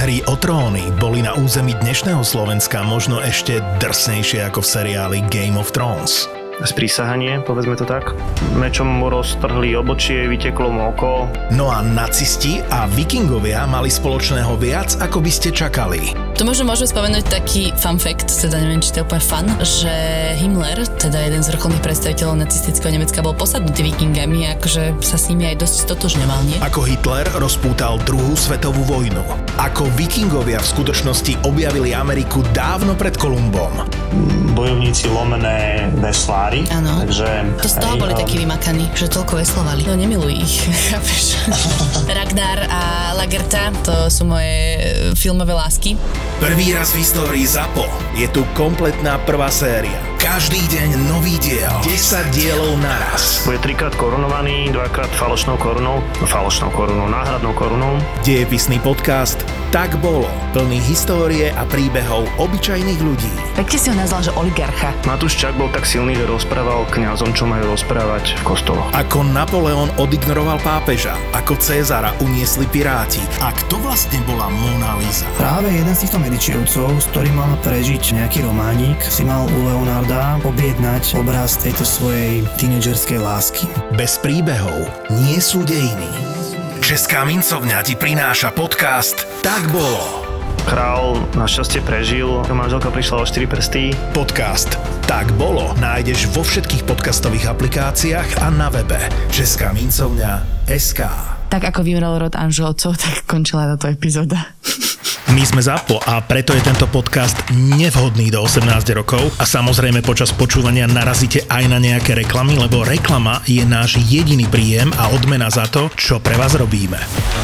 Hry o tróny boli na území dnešného Slovenska možno ešte drsnejšie ako v seriáli Game of Thrones. Sprísahanie, povedzme to tak. Mečom mu roztrhli obočie, vyteklo mu oko. No a nacisti a vikingovia mali spoločného viac, ako by ste čakali. Tu možno môžeme spomenúť taký fun fact, teda neviem, či to je úplne fun, že Himmler, teda jeden z vrcholných predstaviteľov nacistického Nemecka, bol posadnutý vikingami a akože sa s nimi aj dosť stotožňoval, nie? Ako Hitler rozpútal druhú svetovú vojnu. Ako vikingovia v skutočnosti objavili Ameriku dávno pred Kolumbom. Bojovníci lomené veslári. Áno. Takže to z toho boli takí vymakaní, že toľko veslovali. No nemiluj ich, chápeš? Ragnar a Lagertha, to sú moje filmové lásky. Prvý raz v histórii ZAPO je tu kompletná prvá séria. Každý deň nový diel. 10 dielov naraz. Bude 3-krát korunovaný, 2-krát falošnou korunou, náhradnou korunou. Dejepisný podcast Tak bolo. Plný histórie a príbehov obyčajných ľudí. Pekne si ho nazval, že oligarcha. Matúš Čak bol tak silný, že rozprával kňazom, čo majú rozprávať v kostoloch. Ako Napoleon odignoroval pápeža, ako Cézara uniesli piráti a kto vlastne bola Mona Lisa. Práve jeden z týchto Medičevcov, s ktorým mal prežiť nejaký románik, si mal u Leonarda objednať obraz tejto svojej tínedžerskej lásky. Bez príbehov nie sú dejiny. Česká mincovňa ti prináša podcast Tak bolo. Král našťastie prežil, manželka prišla o 4 prsty. Podcast Tak bolo nájdeš vo všetkých podcastových aplikáciách a na webe Česká mincovňa.sk. Tak ako vymrel rod Anželovcov, tak končila táto epizóda. My sme ZAPO a preto je tento podcast nevhodný do 18 rokov a samozrejme počas počúvania narazíte aj na nejaké reklamy, lebo reklama je náš jediný príjem a odmena za to, čo pre vás robíme.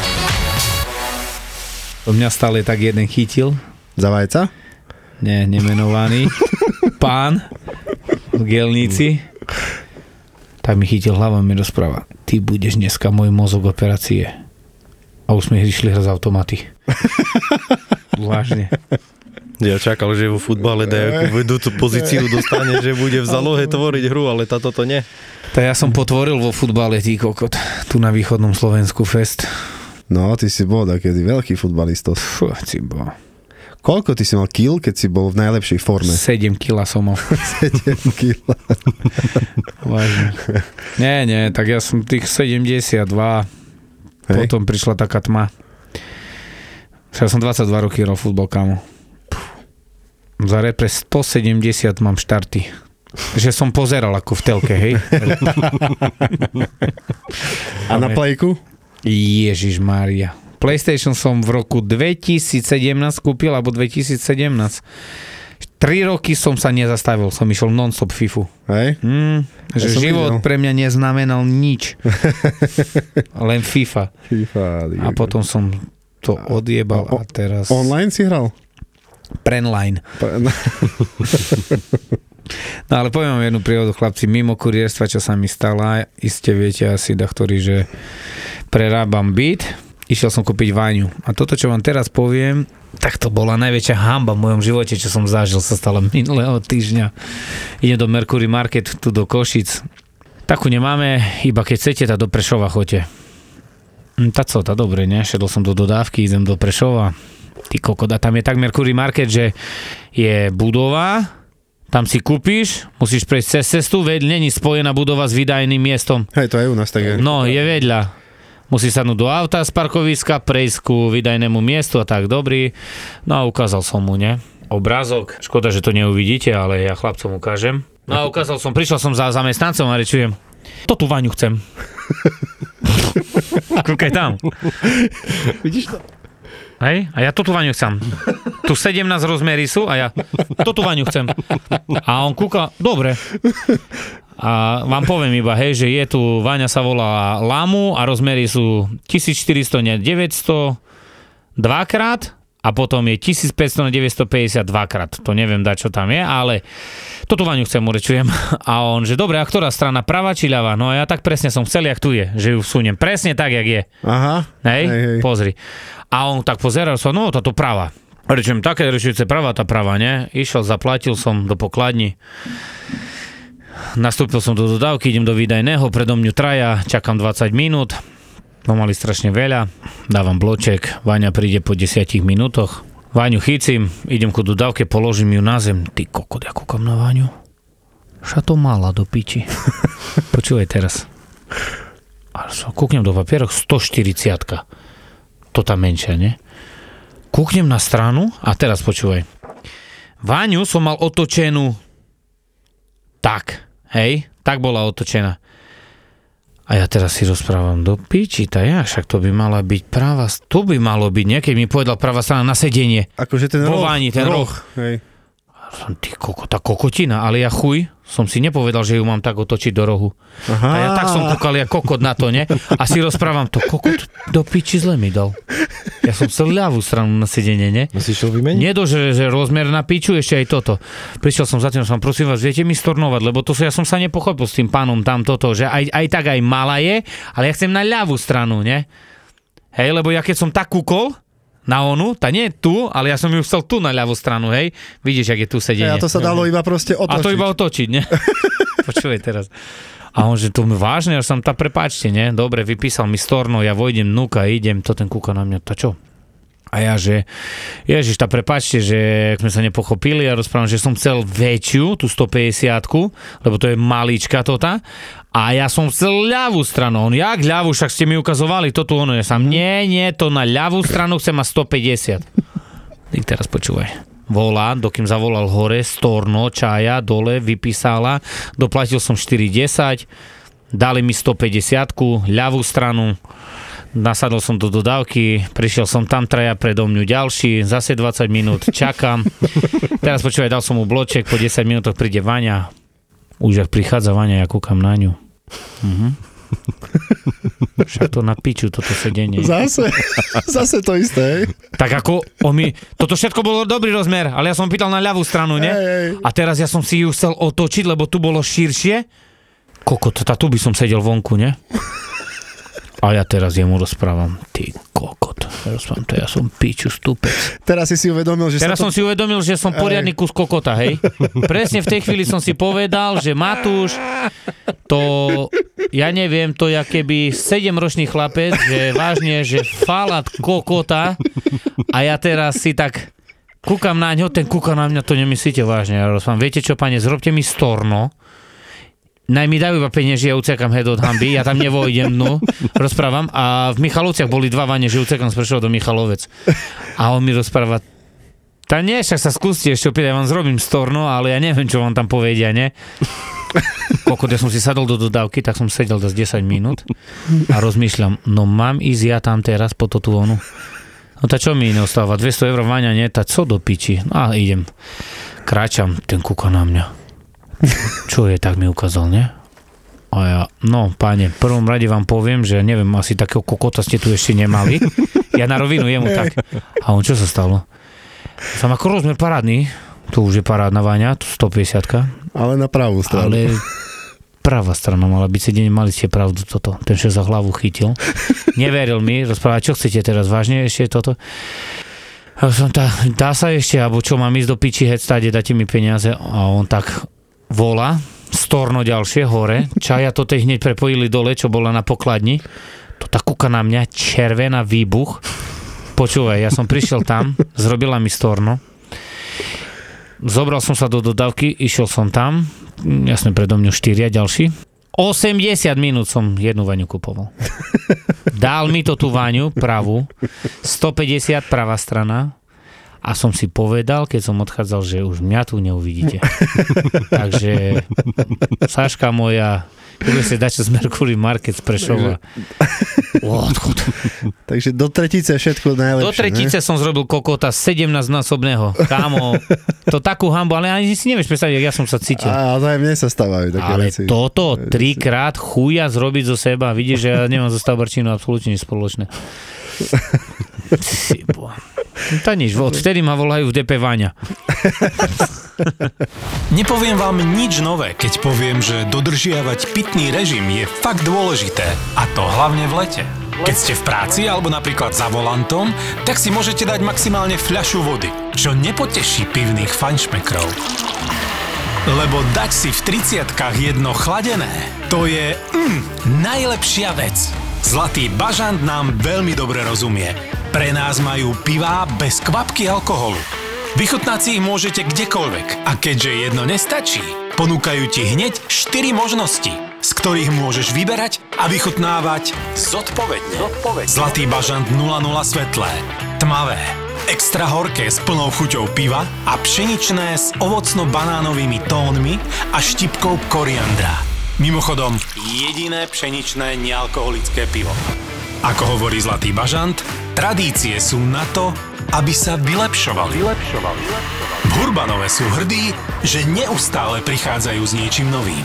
Mňa stále tak jeden chytil. Za vajca? Nie, nemenovaný. Pán v Gelnici. Tak mi chytil hlavu a mi rozpráva. Ty budeš dneska môj mozog operácie. A už sme išli hrať z automaty. Vážne. Ja čakal, že vo futbale dajakú vedúcu pozíciu dostane, že bude v zálohe tvoriť hru, ale táto to nie. Tak ja som potvoril vo futbale, ty kokot. Tu na východnom Slovensku fest. No, ty si bol takedy veľký futbalistos. Fú, si bol. Koľko ty si mal kil, keď si bol v najlepšej forme? 7 kila som mal. 7 kila. Vážne. Nie, tak ja som tých 72. Hej. Potom prišla taká tma. Ja som 22 roky hral futbol, kámo. Za repre 170 mám štarty. Že som pozeral ako v telke, hej. A na plejku? Ježišmária. PlayStation som v roku 2017 kúpil, alebo 2017. 3 roky som sa nezastavil, som išiel non-stop FIFU. Hej? Že život pre mňa neznamenal nič. Len FIFA. A potom som to odjebal a teraz... Online si hral? Prenline. No ale poviem vám jednu príhodu, chlapci, mimo kurierstva, čo sa mi stala, iste viete asi dachtori, že prerábam byt, išiel som kúpiť váňu. A toto, čo vám teraz poviem, tak to bola najväčšia hanba v mojom živote, čo som zažil, sa stalo minulého týždňa. Idem do Mercury Market, tu do Košic. Takú nemáme, iba keď chcete, tá do Prešova choďte. Tá dobre, ne? Šedol som do dodávky, idem do Prešova. Ty kokoda, tam je tak Mercury Market, že je budova, tam si kúpiš, musíš prejsť cez cestu, veď není spojená budova s výdajným miestom. Hej, to aj u nás tak je. No, je vedľa. Musíš sadnúť do auta z parkoviska, prejsť ku výdajnému miestu a tak, dobrý. No a ukázal som mu, ne? Obrázok. Škoda, že to neuvidíte, ale ja chlapcom ukážem. No a ukázal som, prišiel som za zamestnancom a rečujem, to tú váňu chcem. Kúkaj tam. Vidíš to? Hej, a ja tú váňu chcem. Tu 17 rozmery sú a ja tú váňu chcem. A on kúka, dobre. A vám poviem iba, hej, že je tu, váňa sa volá Lamu a rozmery sú 1400 na 900 dvakrát a potom je 1500 na 950 dvakrát. To neviem dať, čo tam je, ale toto váňu chcem, urečujem. A on, že dobre, a ktorá strana, prava či ľava? No a ja tak presne som chcel, jak tu je, že ju vsuniem. Presne tak, jak je. Aha. Hej, pozri. A on tak pozeral sa, no táto prava. Rečujem, také rečujúce prava, tá prava, ne? Išiel, zaplatil som do pokladni. Nastúpil som do dodávky, idem do výdajného, predo mňu traja, čakám 20 minút. Pomali strašne veľa, dávam bloček, Váňa príde po 10 minútoch, Váňu chycím, idem ku dodávke, položím ju na zem. Ty kokot, ja kúkam na Váňu. Ša to mala do piči. Počúvaj teraz. A kúknem do papierok 140. To tá menšia, nie? Kúknem na stranu a teraz počúvaj. Váňu som mal otočenú tak, hej? Tak bola otočená. A ja teraz si rozprávam do piči, však to by mala byť práva, to by malo byť, keď mi povedal práva strana na sedenie. Akože ten roh. Váni, ten roh. Hej. Ty tá kokotina, ale ja chuj, som si nepovedal, že ju mám tak otočiť do rohu. Aha. A ja tak som kúkal, ja kokot na to, ne? A si rozprávam, to kokot do piči zle mi dal. Ja som chcel ľavú stranu na sedenie, ne? No si šiel vymeniť? Nedože, že rozmer na piču, ešte aj toto. Prišiel som za tým, som prosím vás, viete mi stornovať, lebo to ja som sa nepochopil s tým pánom tam toto, že aj tak aj malá je, ale ja chcem na ľavú stranu, ne? Hej, lebo ja keď som tak kúkol, na onu, tá nie je tu, ale ja som ju chcel tu na ľavú stranu, hej. Vidíš, jak je tu sedenie. A to sa dalo iba proste otočiť. A to iba otočiť, ne? Počúvaj teraz. A on, že to mi vážne, ja som tá, prepáčte, ne? Dobre, vypísal mi storno, ja vojdem, núka, idem, to ten kúka na mňa, tá čo? A ja, že ježiš, tá prepáčte, že sme sa nepochopili, ja rozprávam, že som chcel väčšiu, tú 150-ku, lebo to je malička tota. A ja som chcel ľavú stranu. On, jak ľavú, však ste mi ukazovali toto ono. Ja som, nie, to na ľavú stranu chcem mať 150. Ty teraz počúvaj. Volá, dokým zavolal hore, storno, čaja, dole, vypísala. Doplatil som 4,10. Dali mi 150, ľavú stranu. Nasadol som do dodávky, prišiel som tam, traja predo mňu ďalší, zase 20 minút, čakám. Teraz počúvaj, dal som mu bloček, po 10 minútoch príde Váňa. Už ak prichádza Váňa, ja kúkam na ňu. Však to na piču, toto sedenie. Zase to isté. Tak ako toto všetko bolo dobrý rozmer, ale ja som pýtal na ľavú stranu, ne? A teraz ja som si ju chcel otočiť, lebo tu bolo širšie. Kokot, tu by som sedel vonku, ne? A ja teraz jemu rozprávam, ty kokot, rozprávam to, ja som piču stupec. Teraz si uvedomil, že som si uvedomil, že som poriadny kus kokota, hej. Presne v tej chvíli som si povedal, že Matúš, to, ja neviem, to je keby 7-ročný chlapec, že vážne, že falat kokota a ja teraz si tak kúkam na ňo, ten kúka na mňa, to nemyslíte vážne, ja rozprávam, viete čo, pane, zrobte mi storno, naj mi dajú iba peniaži, ja uciekam head od hamby, ja tam nevojdem, no, rozprávam. A v Michalovciach boli 2 vane, že uciekam z Prešova do Michalovec. A on mi rozpráva, tá nie, však sa skúste ešte opäť, ja vám zrobím storno, ale ja neviem, čo vám tam povedia, ne? Pokud ja som si sadol do dodávky, tak som sedel dosť 10 minút a rozmýšľam, no mám ísť ja tam teraz po to tú onu. No tá čo mi neostáva, 200 € Váňa, nie? Tá co do piči? No a idem. Kráčam, ten kúka na mňa. Čo je, tak mi ukázal, ne? A ja, no páne, v prvom rade vám poviem, že neviem, asi takého kokota ste tu ešte nemali. Ja na rovinu jemu tak. A on, čo sa stalo? Som ako rozmer parádny, tu už je parádna Váňa, tu 150. Ale na pravú stranu. Ale pravá strana mala byť sedenie, mali ste pravdu toto. Ten šéf za hlavu chytil. Neveril mi, rozprával, čo chcete teraz, vážne ešte toto? A som dá sa ešte, alebo čo, mám ísť do piči, stade, dáte mi peniaze. A on tak volá, storno ďalšie hore, čaja to tej hneď prepojili dole, čo bola na pokladni. To tak kúka na mňa, červená výbuch. Počúvaj, ja som prišiel tam, zrobila mi storno. Zobral som sa do dodávky, išiel som tam, jasne predo mňou 4 ďalší. 80 minút som jednu Váňu kupoval. Dal mi to tú Váňu, pravú, 150 pravá strana. A som si povedal, keď som odchádzal, že už mňa tu neuvidíte. Takže Saška moja, keď ste dať z Mercury Market z Prešova. Odchod. Takže do tretice všetko najlepšie. Do tretice som zrobil kokota 17-násobného. Kámo, to takú hambu, ale ani si nevieš predstaviť, jak ja som sa cítil. A to aj mne sa stávajú také ale veci. Ale toto 3-krát chuja zrobiť zo seba. Vidíš, že ja nemám zo Stavbarčínu absolútne spoločné. Tá nič, vtedy ma volajú v DP Váňa. Nepoviem vám nič nové, keď poviem, že dodržiavať pitný režim je fakt dôležité. A to hlavne v lete. Keď ste v práci alebo napríklad za volantom, tak si môžete dať maximálne fľašu vody, čo nepoteší pivných fajnšmekrov. Lebo dať si v 30-kách jedno chladené, to je najlepšia vec. Zlatý bažant nám veľmi dobre rozumie. Pre nás majú pivá bez kvapky alkoholu. Vychutnať si ich môžete kdekoľvek a keďže jedno nestačí, ponúkajú ti hneď 4 možnosti, z ktorých môžeš vyberať a vychutnávať zodpovedne. Zlatý bažant 00 svetlé, tmavé, extra horké s plnou chuťou piva a pšeničné s ovocno-banánovými tónmi a štipkou koriandra. Mimochodom, jediné pšeničné nealkoholické pivo. Ako hovorí Zlatý bažant, tradície sú na to, aby sa vylepšovali. V Hurbanove sú hrdí, že neustále prichádzajú s niečím novým.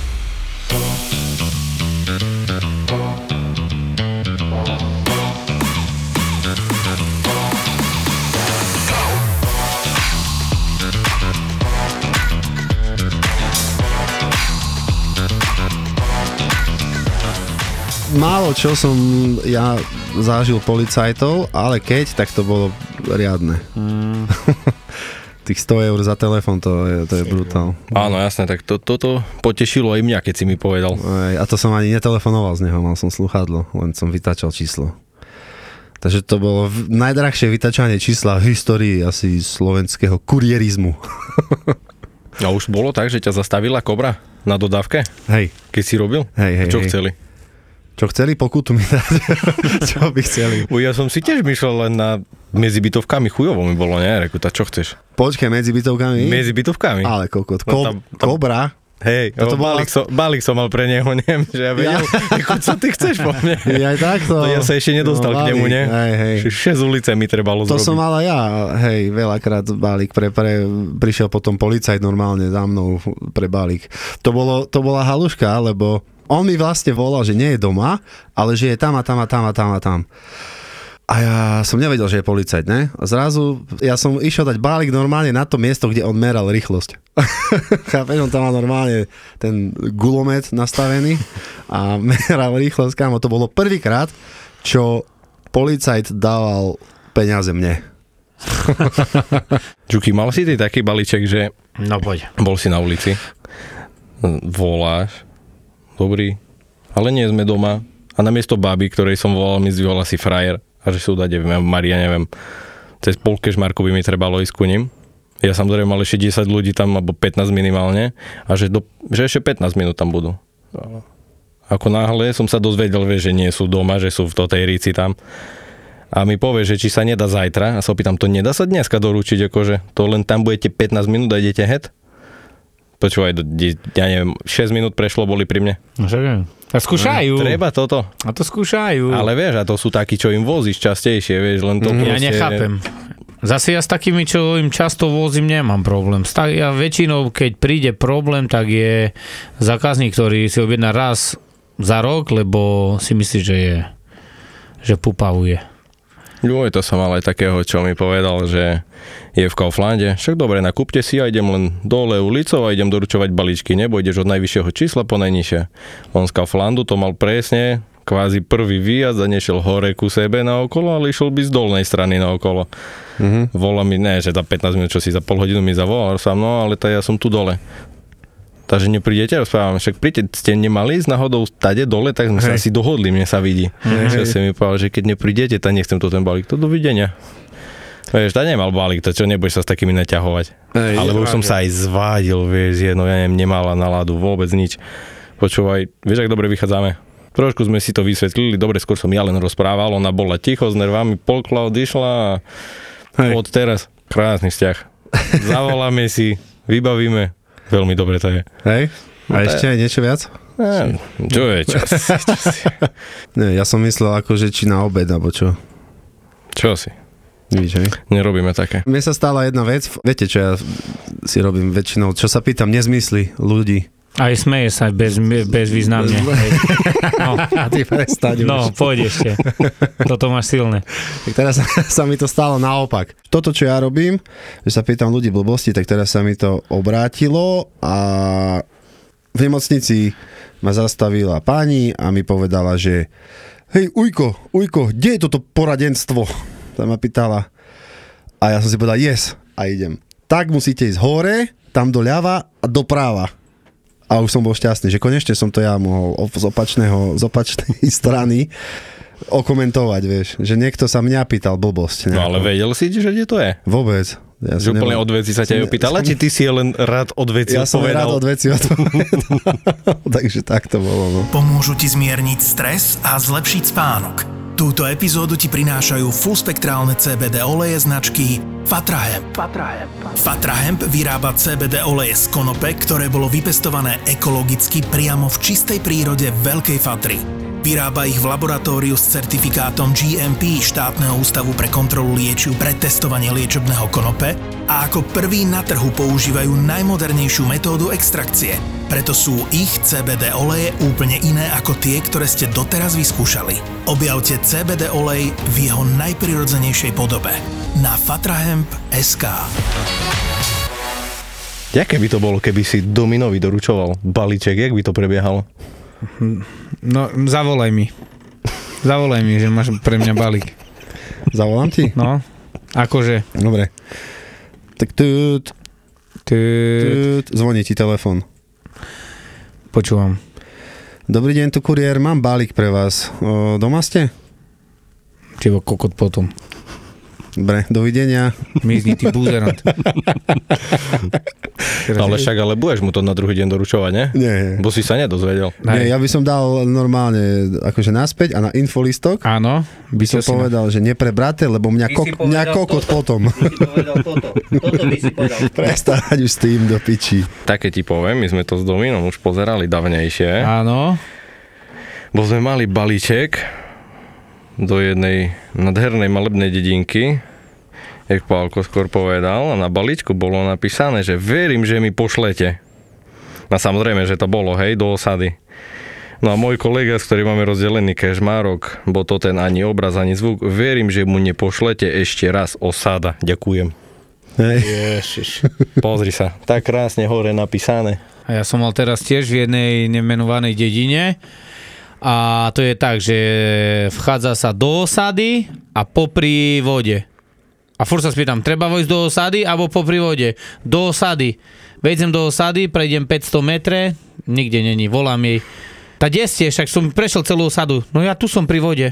Málo čo som ja zažil policajtov, ale keď, tak to bolo riadne. Tých 100 eur za telefón, to je brutál. Áno, jasné, tak toto potešilo aj mňa, keď si mi povedal. A to som ani netelefonoval z neho, mal som sluchadlo, len som vytačal číslo. Takže to bolo najdrahšie vytačanie čísla v histórii asi slovenského kurierizmu. A už bolo tak, že ťa zastavila Kobra na dodávke? Hej. Keď si robil? Hej. Čo chceli? Čo chceli? Pokutu mi dať. Čo by chceli? Ja som si tiež myslel len na medzi bytovkami chujovo mi bolo, ne? Reku, čo chceš? Počkaj, medzi bytovkami? Medzi bytovkami. Ale kokot. Tam... Kobra? Hej, balík som mal pre neho, neviem, že ja vedel, čo ty chceš po mne. Ja takto. To ja sa ešte nedostal k nemu, ne? Hej. 6 ulice mi trebalo to zrobiť. To som mal aj ja, hej, veľakrát balík prišiel potom policajt normálne za mnou pre balík. To bola haluška, lebo on mi vlastne volal, že nie je doma, ale že je tam a tam a tam a tam a tam. A ja som nevedel, že je policajt, ne? A zrazu ja som išiel dať balík normálne na to miesto, kde on meral rýchlosť. Chápeš, on tam mal normálne ten gulomet nastavený a meral rýchlosť, kámo. To bolo prvýkrát, čo policajt dával peniaze mne. Čuky, mal si ty taký balíček, že no poď. Bol si na ulici, voláš, dobrý, ale nie sme doma a namiesto baby, ktorej som volal, mi zdvihol asi frajer a že sú dať, Maria, neviem, cez polke Šmarku by mi trebalo ísť ku ním. Ja samozrejme mal ešte 10 ľudí tam, alebo 15 minimálne a že ešte 15 minút tam budú. Ako náhle som sa dozvedel, že nie sú doma, že sú v tej Ríci tam a mi povie, že či sa nedá zajtra a sa opýtam, to nedá sa dneska doručiť, akože to len tam budete 15 minút a idete het? Počúvaj, ja neviem, 6 minút prešlo, boli pri mne. A skúšajú. Treba toto. A to skúšajú. Ale vieš, a to sú takí, čo im vozíš častejšie, vieš, len to proste... Ja nechápem. Zase ja s takými, čo im často vozím, nemám problém. Ja väčšinou, keď príde problém, tak je zákazník, ktorý si objedná raz za rok, lebo si myslí, že pupavuje. To som mal aj takého, čo mi povedal, že je v Kauflande. Však dobre, nakúpte si a idem len dole ulicou a idem doručovať balíčky, nebo ideš od najvyššieho čísla po najnižšie. On z Kauflandu to mal presne, kvázi prvý výjazd a nešiel hore ku sebe naokolo, ale išiel by z dolnej strany naokolo. Volá mi, ne, že za 15 minút, čo si za pol hodinu mi zavolal sám, no ale ja som tu dole. Takže neprídete, rozprávam, však príďte, ste nemali ísť náhodou tade dole, tak sme sa asi dohodli, mne sa vidí. Čo si mi povedal, že keď neprídete, tak nechcem to ten balík, to dovidenia. Vieš, tak nemal balík, to čo, nebudeš sa s takými naťahovať. Alebo už som sa aj zvádil, vieš, ja neviem, nemala náladu, vôbec nič. Počúvaj, vieš, ak dobre vychádzame? Trošku sme si to vysvetlili, dobre, skôr som ja len rozprával, ona bola ticho, s nervami polkla, odišla a od teraz krásny vzťah. Zavoláme si, vybavíme. Veľmi dobre to je. Hej? A ešte aj niečo viac? Čo je? Nie, ja som myslel akože či na obed, alebo čo. Čo si? Víš, hej? Nerobíme také. Mne sa stala jedna vec, viete čo ja si robím väčšinou, čo sa pýtam, nezmysly ľudí. Aj smeje sa bezvýznamne. No. A ty prestaň už. No, poď ešte. Toto máš silné. Tak teraz sa mi to stalo naopak. Toto, čo ja robím, že sa pýtam ľudí blbosti, tak teraz sa mi to obrátilo a v nemocnici ma zastavila pani a mi povedala, že hej, Ujko, kde je toto poradenstvo? Tam ma pýtala. A ja som si povedal, yes, a idem. Tak musíte ísť hore, tam doľava a doprava. A A už som bol šťastný, že konečne som to ja mohol z opačnej strany okomentovať, vieš. Že niekto sa mňa pýtal blbosť. No ale vedel si, že kde to je? Vôbec. Ja že úplne od veci sa ťa opýtala, či ty si len rád od veci odpovedal? Ja som rád od veci odpovedal. Takže tak to bolo. No. Pomôžu ti zmierniť stres a zlepšiť spánok. Túto epizódu ti prinášajú fullspektrálne CBD oleje značky Fatrahemp. Fatrahemp vyrába CBD oleje z konope, ktoré bolo vypestované ekologicky priamo v čistej prírode Veľkej Fatry. Vyrába ich v laboratóriu s certifikátom GMP štátneho ústavu pre kontrolu liečiv pre testovanie liečebného konope a ako prvý na trhu používajú najmodernejšiu metódu extrakcie. Preto sú ich CBD oleje úplne iné ako tie, ktoré ste doteraz vyskúšali. Objavte CBD olej v jeho najprirodzenejšej podobe na fatrahemp.sk. Jaké by to bolo, keby si Dominovi doručoval balíček? Jak by to prebiehalo? No, zavolaj mi, že máš pre mňa balík. Zavolám ti? No, akože. Dobre. Tak tut. Zvoní ti telefon. Počúvam. Dobrý deň, tu kuriér, mám balík pre vás. Doma ste? Čivo kokot potom. Dobre, dovidenia. Mizni, ty búzerant. Ale budeš mu to na druhý deň doručovať, nie? Nie. Bo si sa nedozvedel. Nie, ja by som dal normálne akože naspäť a na infolistok. Áno. By som povedal, že neprebraté, lebo mňa kokot potom. Ty si povedal toto. Toto by si povedal. Prestať už s tým do piči. Také ti poviem, my sme to s Dominom už pozerali dávnejšie. Áno. Bo sme mali balíček do jednej nádhernej malebnej dedinky, jak Pálko skôr povedal, a na balíčku bolo napísané, že verím, že mi pošlete. A samozrejme, že to bolo, hej, do osady. No a môj kolega, s ktorým máme rozdelený kežmárok, bo to ten ani obraz, ani zvuk, verím, že mu nepošlete ešte raz osada. Ďakujem. Hej. Ježiš. Pozri sa, tak krásne hore napísané. A ja som mal teraz tiež v jednej nemenovanej dedine. A to je tak, že vchádza sa do osady a popri vode. A furt sa spýtam, treba vojsť do osady alebo popri vode? Do osady. Vejdem do osady, prejdem 500 metre, nikde není, volám jej. Tá kde ste, však som prešiel celú osadu. No ja tu som pri vode.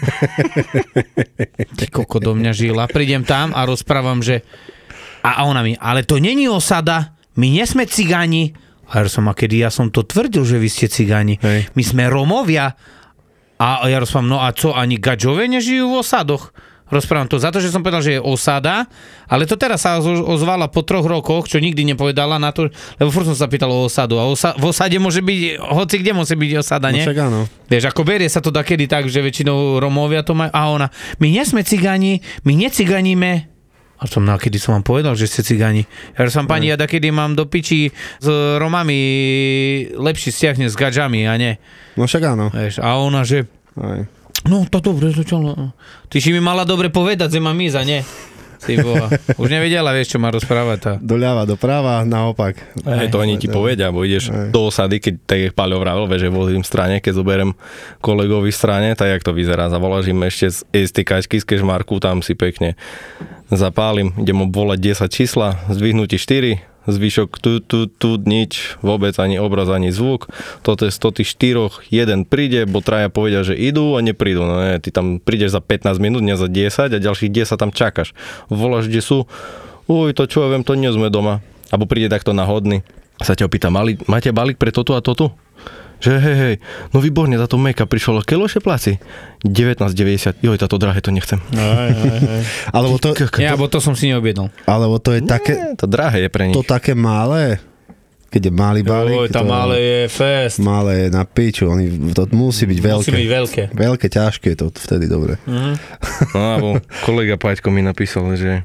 Ty koko do mňa žila. Prídem tam a rozprávam, že... A ona mi, ale to není osada, my nie sme cigáni. A kedy ja som to tvrdil, že vy ste cigáni. Hej. My sme Romovia. A ja rozprávam, no a co, ani gadžové nežijú v osadoch? Rozprávam to za to, že som povedal, že je osada, ale to teraz sa ozvala po 3 rokoch, čo nikdy nepovedala na to, lebo furt som sa pýtal o osadu. A v osade môže byť, hoci kde môže byť osada, nie? No však áno. Vieš, ako berie sa to dakedy tak, že väčšinou Romovia to majú. A ona, my nie sme cigáni, my neciganíme. A som, no a kedy som vám povedal, že ste cigáni? Ja som, pani, ja dakedy mám do piči s Romami lepší vzťah než s gadžami, a nie? No však áno. Vieš, a ona, že... Aj. No, to dobre, to čo? Ty si mi mala dobre povedať, že mám ísť, a nie? Ty boha. Už nevedela, vieš, čo má rozprávať tá. Doľava, doprava, naopak. Aj to oni ti povedia, bo ideš do osady, keď tak je Paľo vravel, že vozím v strane, keď zoberiem kolegovi v strane, tak jak to vyzerá. Zavoláš im ešte z STKčky z kežmarku, tam si pekne zapálim, idem obvolať 10 čísla, zdvihnutí 4, zvyšok tu nič, vôbec ani obraz, ani zvuk. Toto je 100 tých 4, jeden príde, bo traja povedia, že idú a neprídu. No nie, ty tam prídeš za 15 minút, nie za 10 a ďalších 10 tam čakáš. Voláš, kde sú, to čo ja viem, to nie sme doma. Abo príde takto náhodný. Sa ťa opýta, máte balík pre toto a toto? Že hej, no výborne, táto make-up prišlo, keľoše pláci? 19,90. Joj, táto drahé, to nechcem. Alebo to... Ja, bo to som si neobjednal. Alebo to je také... To drahé je pre nich. To také malé, keď je malý balík. Tá malé je fest. Malé je na piču, to musí byť veľké. Musí byť veľké. Veľké, ťažké, to vtedy dobre. No, alebo kolega Paťko mi napísal, že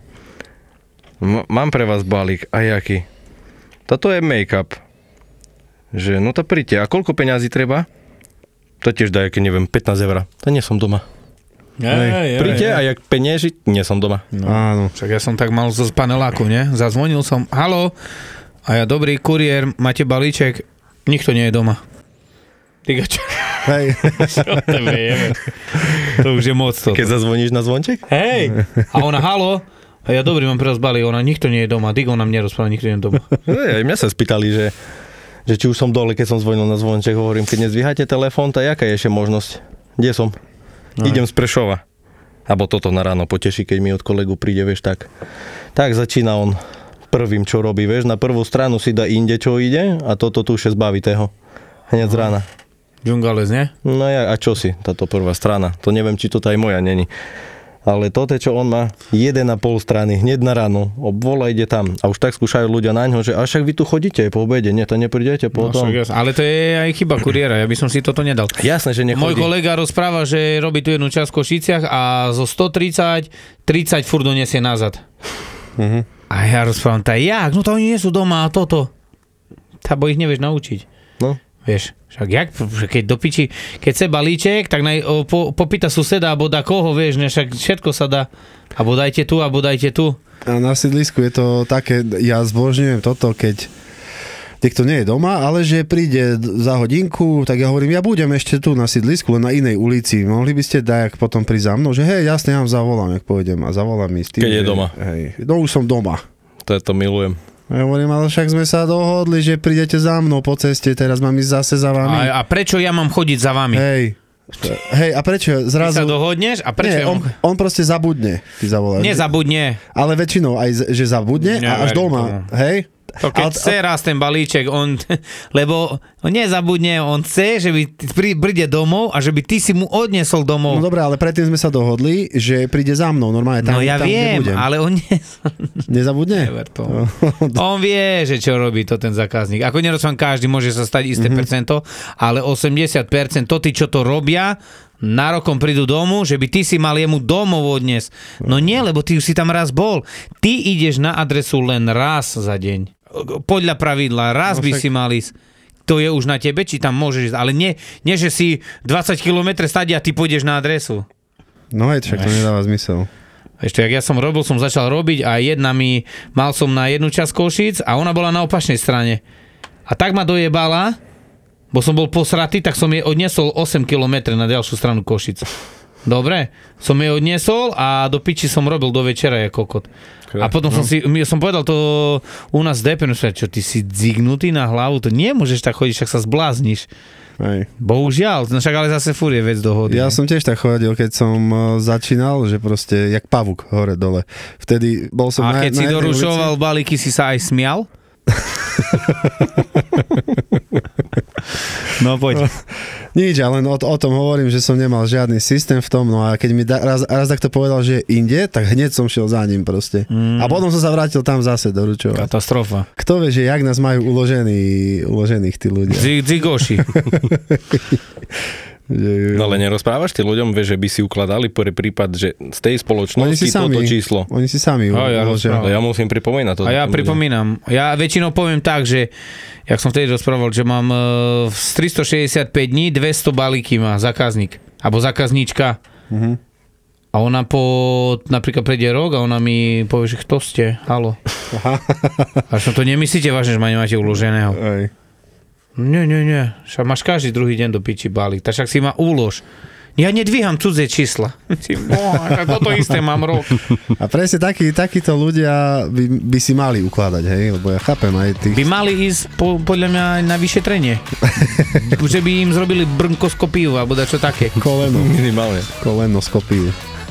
mám pre vás balík, a jaký? Toto je make-up. Že, no to príďte. A koľko peňazí treba? To tiež daj, keď neviem, 15 €. To nie som doma. Príďte a jak peniežiť, nie som doma. No. Áno. Však ja som tak mal z paneláku, nie? Zazvonil som, haló, a ja, dobrý kuriér, máte balíček? Nikto nie je doma. Tyga čo? Hej. To už je moc. Keď zazvoníš na zvonček? Hej. A ona, haló, a ja, dobrý, mám pre vás balík, ona, nikto nie je doma. Digo nám nerozpráva, nikto nie je doma. Aj mňa sa spýtali, že že či už som dole, keď som zvonil na zvonček, hovorím, keď nezvíhate telefón, tak jaká je ešte možnosť? Kde som? Idem z Prešova. Abo toto na ráno poteší, keď mi od kolegu príde, vieš, tak začína on prvým, čo robí, vieš, na prvú stranu si dá inde, čo ide a toto tu už je zbavitého. Hneď z rána. Džungales, nie? No ja, a čo si, táto prvá strana? To neviem, či toto aj moja není. Ale toto, čo on má 1,5 strany, hneď na ráno, obvola ide tam. A už tak skúšajú ľudia na ňo, že a však vy tu chodíte po obede, nie, to neprídete potom. No, ale to je aj chyba kuriéra, ja by som si toto nedal. Jasné, že nechodí. Môj kolega rozpráva, že robí tu jednu časť v Košiciach a zo 130, 30 furt donesie nazad. A ja rozprávam, jak? No to oni nie sú doma a toto. Bo ich nevieš naučiť. No. Vieš, však jak, keď do piči, keď chce balíček, tak popýta suseda, alebo dá koho, vieš, ne, však všetko sa dá, alebo dajte tu. A na sídlisku je to také, ja zbožňujem toto, keď niekto nie je doma, ale že príde za hodinku, tak ja hovorím, ja budem ešte tu na sídlisku, len na inej ulici, mohli by ste dajak potom prísť za mnou, že hej, jasne, ja vám zavolám, jak pôjdem a zavolám mi s tým, keď je doma. Hej, no už som doma. To milujem. Ja hovorím, ale však sme sa dohodli, že prídete za mnou po ceste, teraz mám ísť zase za vami. A prečo ja mám chodiť za vami? Hej, a prečo zrazu... Ty sa dohodneš a prečo... Nie, on proste zabudne, ty zavoláš. Nezabudne. Ale väčšinou aj, že zabudne a až doma, hej? To keď chce raz ten balíček, lebo on nezabudne, on chce, že by príde domov a že by ty si mu odniesol domov. No dobré, ale predtým sme sa dohodli, že príde za mnou, normálne tam, no ja tam viem, nebudem. Ale on nezabudne? On vie, že čo robí to ten zákazník. Ako nerozumiem, každý môže sa stať isté percento, ale 80% to tí, čo to robia, nárokom prídu domu, že by ty si mal jemu domov odniesť. No nie, lebo ty už si tam raz bol. Ty ideš na adresu len raz za deň. Podľa pravidla, raz by si mal ísť. To je už na tebe, či tam môžeš ísť. Ale nie, že si 20 km stade a ty pôjdeš na adresu. No aj však to nedáva zmysel. Ešte, jak ja som začal robiť a mal som na jednu časť Košíc a ona bola na opačnej strane. A tak ma dojebala, bo som bol posratý, tak som jej odniesol 8 km na ďalšiu stranu Košic. Dobre, som jej odniesol a do piči som robil do večera ako kokot. A potom som povedal to u nás v DPN, čo ty si dzignutý na hlavu, to nemôžeš tak chodiť, však sa zblázniš. Hej. Bohužiaľ, však ale zase furt je vec dohody. Ja som tiež tak chodil, keď som začínal, že proste jak pavúk hore dole. Vtedy bol som a keď si doručoval balíky, si sa aj smial? No poď. Nič, ale o tom hovorím, že som nemal žiadny systém v tom, no a keď mi raz takto povedal, že je inde, tak hneď som šiel za ním proste. A potom som sa vrátil tam zase doručovať. Katastrofa. Kto vie, že jak nás majú uložených tí ľudia. Zigoši. No ale nerozprávaš ty ľuďom, vieš, že by si ukladali pre prípad, že z tej spoločnosti toto číslo. Oni si sami uložia. Ja musím pripomínať to. A ja pripomínam. Ja väčšinou poviem tak, že jak som vtedy rozprával, že mám z 365 dní 200 balíky má zákazník. Alebo zákazníčka. A ona napríklad prejde rok a ona mi povie, že kto ste? Haló. Až to nemyslíte vážne, že ma nemáte uloženého. Aj. Nie. Však máš každý druhý deň do piči balík. Tak však si ma ulož. Ja nedvíham cudzie čísla. Toto isté mám rok. A presne takíto ľudia by si mali ukladať, hej? Lebo ja chápem aj tých... By mali ísť podľa mňa na vyšetrenie. Že by im zrobili brnkoskopiu alebo dačo také. Koleno. Minimálne. Kolenoskopiu.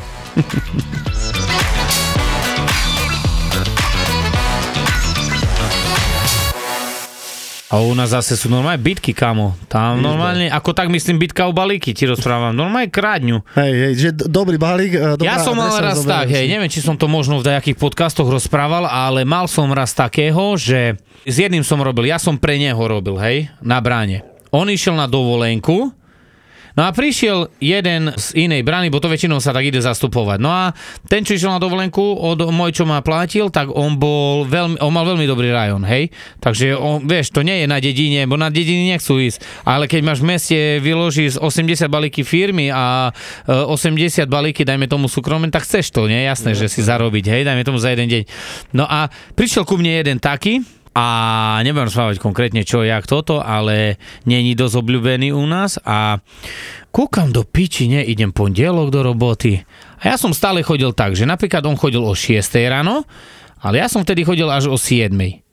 A u nás zase sú normálne bitky, kamo. Tam normálne, ako tak myslím, bitka o balíky, ti rozprávam. Normálne krádňu. Hej, že dobrý balík. Ja som mal raz tak, neviem, či som to možno v nejakých podcastoch rozprával, ale mal som raz takého, že s jedným som robil, ja som pre neho robil, hej, na bráne. On išiel na dovolenku, no a prišiel jeden z inej brány, bo to väčšinou sa tak ide zastupovať. No a ten, čo išiel na dovolenku od môj, čo ma platil, tak on mal veľmi dobrý rajón, hej. Takže vieš, to nie je na dedine, bo na dediny nechcú ísť. Ale keď máš v meste vyloží z 80 balíky firmy a 80 balíky, dajme tomu súkromne, tak chceš to, nie? Jasné, že si zarobiť, hej, dajme tomu za jeden deň. No a prišiel ku mne jeden taký, a nebudem rozprávať konkrétne čo, jak toto, ale není dosť obľúbený u nás a kúkam do piči, idem pondelok do roboty a ja som stále chodil tak, že napríklad on chodil o 6 ráno, ale ja som vtedy chodil až o 7.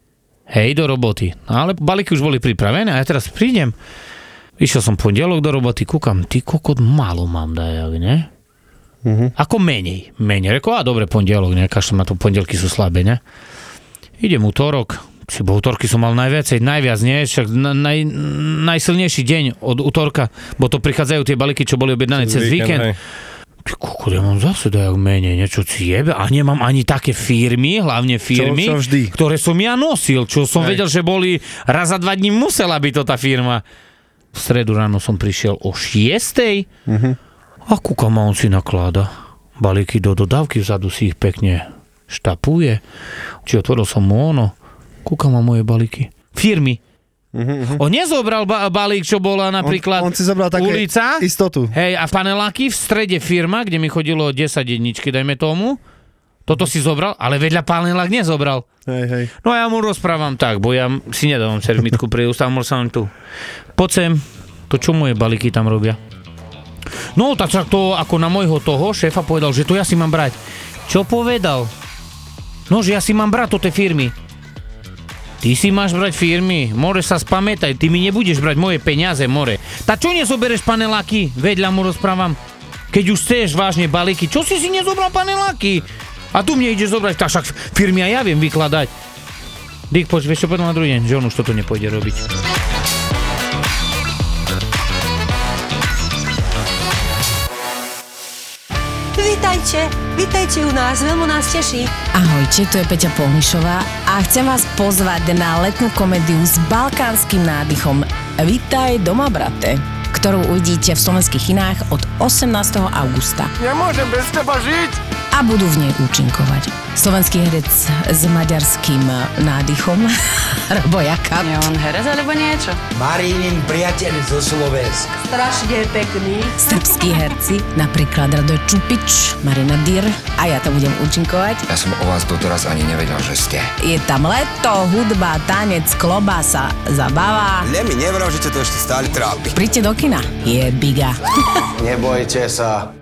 Hej, do roboty. No ale balíky už boli pripravené a ja teraz prídem. Išiel som pondelok do roboty, kúkam, ty kokot, málo mám dajak, ne? Ako menej. Rekol, dobre, pondelok, ne? Kašľam na to, pondelky sú slabé, ne? Idem útorok. Bo útorky som mal najviac, nie? Však najsilnejší deň od útorka, bo to prichádzajú tie balíky, čo boli objednané cez víkend. Ty kokot, ja mám zase dajak menej, niečo si jebe a nemám ani také firmy, hlavne firmy, čo vždy, ktoré som ja nosil, čo som vedel, že boli raz za 2 dní musela byť to tá firma. V stredu ráno som prišiel o 6:00 a kúkam, on si nakláda balíky do dodávky, vzadu si ich pekne štapuje. Či otvoril som mu kúkam na moje balíky. Firmy. On nezobral balík, čo bola napríklad on si zobral také ulica. Istotu. Hej, a paneláky v strede firma, kde mi chodilo 10 jedničky, dajme tomu. Toto si zobral, ale vedľa panelák nezobral. Hej. No a ja mu rozprávam tak, bo ja si nedávam servítku pri ústav, som tu. Poď sem, to čo moje balíky tam robia? No, tak to ako na môjho toho šéfa povedal, že to ja si mám brať. Čo povedal? No, že ja si mám brať to tej firmy. Ty si máš brať firmy, more sa spamätaj, ty mi nebudeš brať moje peniaze, more. Ta čo nezobereš paneláky? Vedľa mu rozprávam. Keď už chceš vážne balíky, čo si nezobral paneláky? A tu mne ideš zobrať, však firmy a ja viem vykladať. Dick, poď, vieš čo povedal na druhý deň, že on už toto nepôjde robiť. Vítajte u nás, veľmi nás teší. Ahojte, tu je Peťa Polnišová a chcem vás pozvať na letnú komédiu s balkánskym nádychom Vítaj doma, brate, ktorú uvidíte v slovenských kinách od 18. augusta. Nemôžem bez teba žiť! A budú v nej účinkovať slovenský herec s maďarským nádychom Robo Jakab. Je on herec alebo niečo? Marínin priateľ zo Slovenska. Strašne pekný. Srbskí herci, napríklad Radoj Čupič, Marina Dyr a ja to budem účinkovať. Ja som o vás doteraz ani nevedel, že ste. Je tam leto, hudba, tanec, klobása, zabava. Mi nevral, že ťa to ešte stále trápi. Príďte do kina, je biga. Nebojte sa.